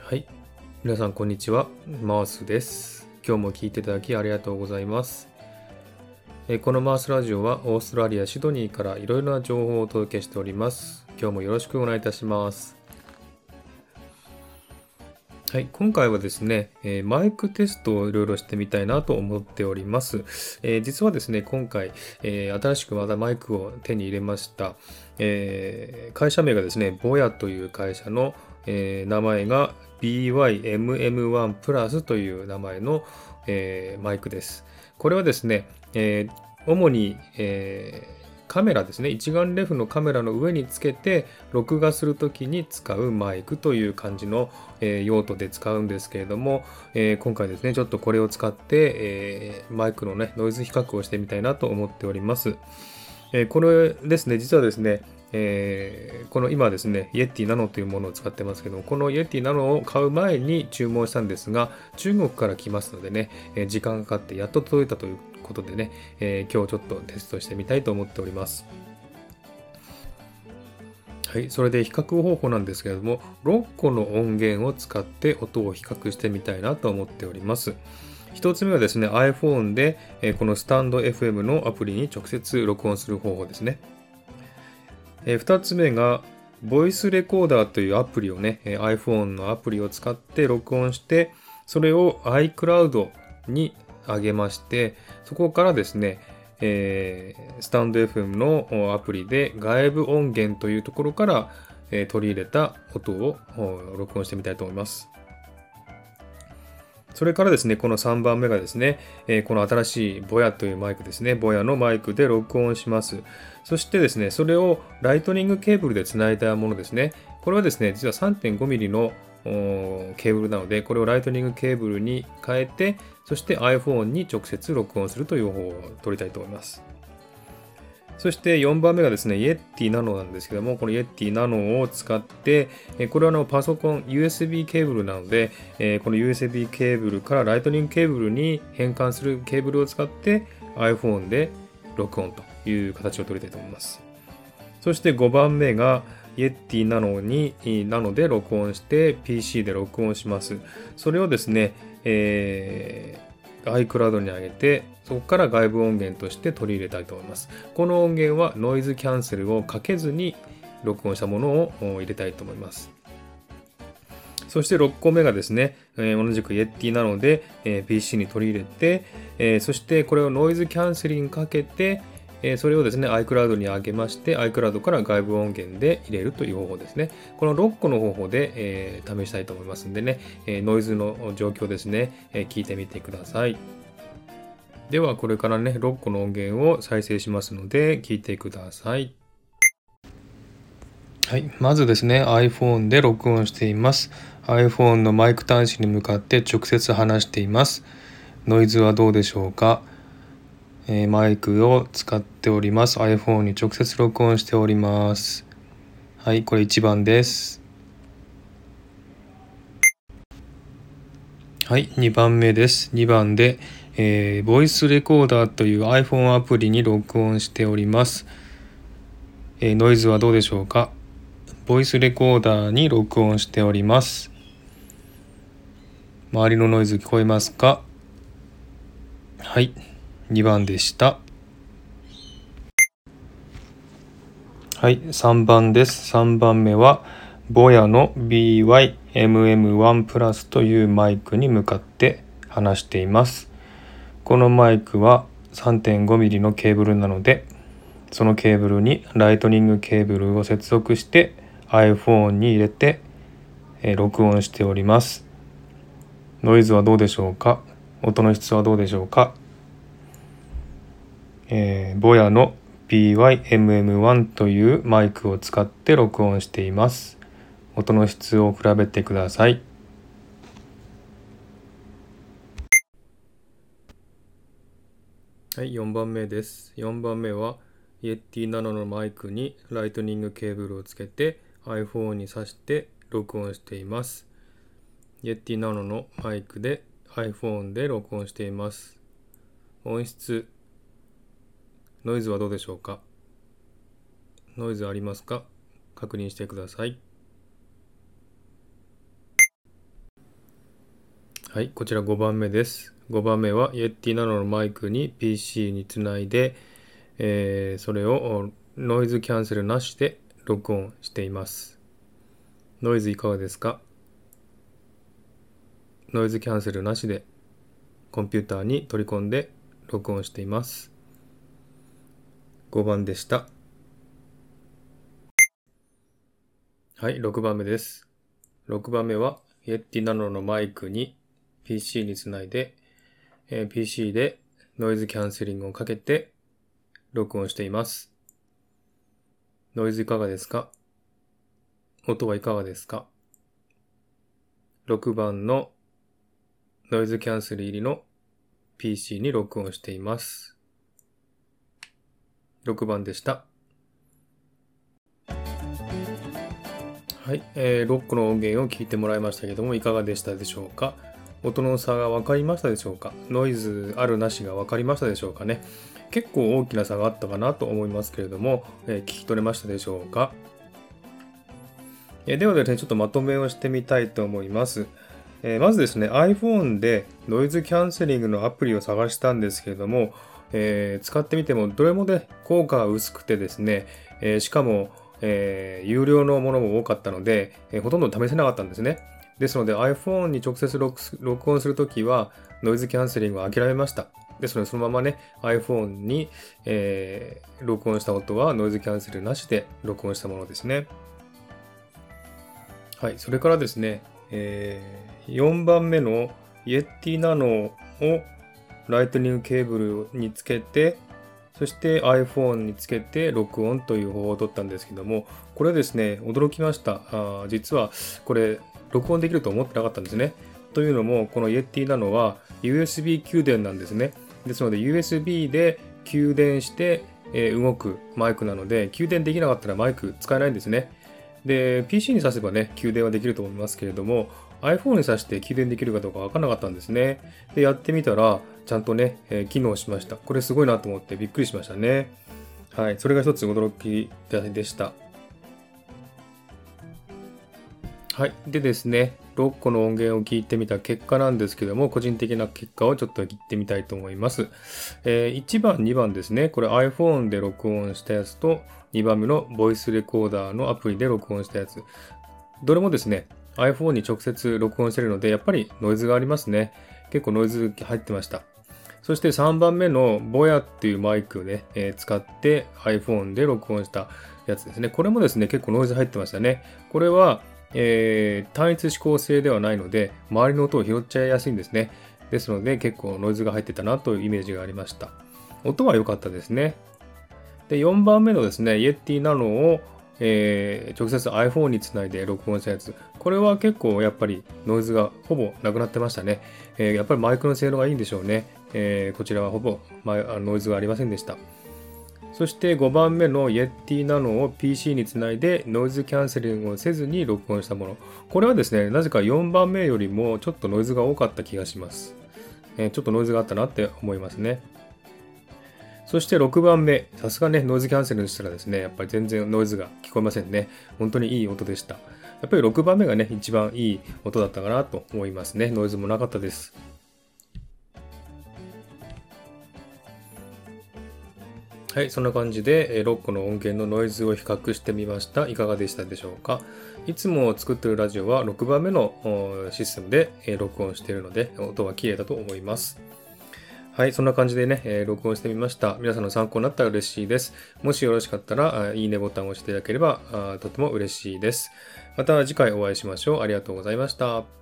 はい。皆さん、こんにちは。マースです。今日も聞いていただきありがとうございます。このマースラジオはオーストラリア・シドニーからいろいろな情報をお届けしております。今日もよろしくお願いいたします。はい。今回はですね、マイクテストをいろいろしてみたいなと思っております。実はですね、今回、新しくまたマイクを手に入れました。会社名がですね、ボヤという会社の、名前が BYMM1 プラスという名前の、マイクです。これはですね、主に、カメラですね、一眼レフのカメラの上につけて録画するときに使うマイクという感じの、用途で使うんですけれども、今回ですね、ちょっとこれを使って、マイクのね、ノイズ比較をしてみたいなと思っております。これですね、実はですね、この今ですね、イエティナノというものを使ってますけども、このイエティナノを買う前に注文したんですが、中国から来ますのでね、時間かかってやっと届いたということでね、今日ちょっとテストしてみたいと思っております。はい、それで比較方法なんですけれども、6個の音源を使って音を比較してみたいなと思っております。一つ目はですね、iPhone でこのスタンド FM のアプリに直接録音する方法ですね。2つ目が、ボイスレコーダーというアプリをね、iPhone のアプリを使って録音して、それを iCloud に上げまして、そこからですね、スタンド FM のアプリで外部音源というところから、取り入れた音を録音してみたいと思います。それからですね、この3番目がですね、この新しいボヤというマイクですね、ボヤのマイクで録音します。そしてですね、それをライトニングケーブルでつないだものですね。これはですね、実は 3.5mm のケーブルなので、これをライトニングケーブルに変えて、そして iPhone に直接録音するという方法を取りたいと思います。そして4番目がですね、イエッティナノなんですけども、このイエッティナノを使って、これはパソコン USB ケーブルなので、この USB ケーブルからライトニングケーブルに変換するケーブルを使って iPhone で録音という形を取りたいと思います。そして5番目がイエッティナノで録音して PC で録音します。それをですね、iCloud に上げて、そこから外部音源として取り入れたいと思います。この音源はノイズキャンセルをかけずに録音したものを入れたいと思います。そして6個目がですね、同じくイエッティなので、PC に取り入れて、そしてこれをノイズキャンセリングかけて、それをですね、iCloud に上げまして、iCloud から外部音源で入れるという方法ですね。この6個の方法で、試したいと思いますんでね、ノイズの状況ですね、聞いてみてください。では、これからね、6個の音源を再生しますので、聞いてください。はい、まずですね、iPhone で録音しています。iPhone のマイク端子に向かって直接話しています。ノイズはどうでしょうか。マイクを使っております。iPhone に直接録音しております。はい、これ1番です。はい、2番目です。2番で、ボイスレコーダーという iPhone アプリに録音しております。ノイズはどうでしょうか。ボイスレコーダーに録音しております。周りのノイズ聞こえますか。はい、2番でした。はい、3番です。3番目は、ボヤの BYMM1 プラスというマイクに向かって話しています。このマイクは 3.5mm のケーブルなので、そのケーブルにライトニングケーブルを接続して iPhone に入れて、録音しております。ノイズはどうでしょうか。音の質はどうでしょうか。ボヤの BYMM1 というマイクを使って録音しています。音の質を比べてください。はい、4番目です。4番目はイエティナノのマイクにライトニングケーブルをつけて iPhone に挿して録音しています。イエティナノのマイクで iPhone で録音しています。音質、ノイズはどうでしょうか。ノイズありますか。確認してください。 はい、こちら5番目です。5番目は Yeti Nano のマイクに PC につないで、それをノイズキャンセルなしで録音しています。ノイズいかがですか？ノイズキャンセルなしでコンピューターに取り込んで録音しています。5番でした。はい、6番目です。6番目は Yeti Nano のマイクに PC につないで、PC でノイズキャンセリングをかけて録音しています。ノイズいかがですか？音はいかがですか？ 6 番のノイズキャンセル入りの PC に録音しています。6番でした。はい、6個の音源を聞いてもらいましたけども、いかがでしたでしょうか？音の差が分かりましたでしょうか？ノイズあるなしが分かりましたでしょうかね？結構大きな差があったかなと思いますけれども、聞き取れましたでしょうか？ではですね、ちょっとまとめをしてみたいと思います。まずですね、iPhone でノイズキャンセリングのアプリを探したんですけれども、使ってみてもどれもね、効果が薄くてですね、しかも、有料のものも多かったので、ほとんど試せなかったんですね。ですので iPhone に直接録音するときはノイズキャンセリングを諦めました。ですのでそのままね iPhone に、録音した音はノイズキャンセルなしで録音したものですね。はい、それからですね、4番目の Yeti Nano をライトニングケーブルにつけて、そして iPhone につけて録音という方法を取ったんですけども、これですね、驚きました。実はこれ、録音できると思ってなかったんですね。というのも、この Yeti Nano は USB 給電なんですね。ですので、USB で給電して、動くマイクなので、給電できなかったらマイク使えないんですね。で、PC に挿せばね、給電はできると思いますけれども、iPhone に挿して給電できるかどうかわからなかったんですね。で、やってみたら、ちゃんとね、機能しました。これすごいなと思ってびっくりしましたね。はい、それが一つ驚きでした。はい。でですね、6個の音源を聞いてみた結果なんですけども、個人的な結果をちょっと言ってみたいと思います。1番、2番ですね。これ iPhone で録音したやつと、2番目のボイスレコーダーのアプリで録音したやつ。どれもですね、iPhone に直接録音しているので、やっぱりノイズがありますね。結構ノイズ入ってました。そして3番目のボヤっていうマイクをね、使って iPhone で録音したやつですね。これもですね、結構ノイズ入ってましたね。これは、単一指向性ではないので、周りの音を拾っちゃいやすいんですね。ですので、結構ノイズが入ってたなというイメージがありました。音は良かったですね。で、4番目のですね、Yeti Nano を、直接 iPhone につないで録音したやつ。これは結構やっぱりノイズがほぼなくなってましたね。やっぱりマイクの性能がいいんでしょうね。こちらはほぼノイズがありませんでした。そして5番目の Yeti Nano を PC につないでノイズキャンセリングをせずに録音したもの。これはですね、なぜか4番目よりもちょっとノイズが多かった気がします。ちょっとノイズがあったなって思いますね。そして6番目、さすがね、ノイズキャンセルにしたらですね、やっぱり全然ノイズが聞こえませんね。本当にいい音でした。やっぱり6番目がね、一番いい音だったかなと思いますね。ノイズもなかったです。はい、そんな感じで6個の音源のノイズを比較してみました。いかがでしたでしょうか？いつも作っているラジオは6番目のシステムで録音しているので、音は綺麗だと思います。はい、そんな感じでね、録音してみました。皆さんの参考になったら嬉しいです。もしよろしかったら、いいねボタンを押していただければとても嬉しいです。また次回お会いしましょう。ありがとうございました。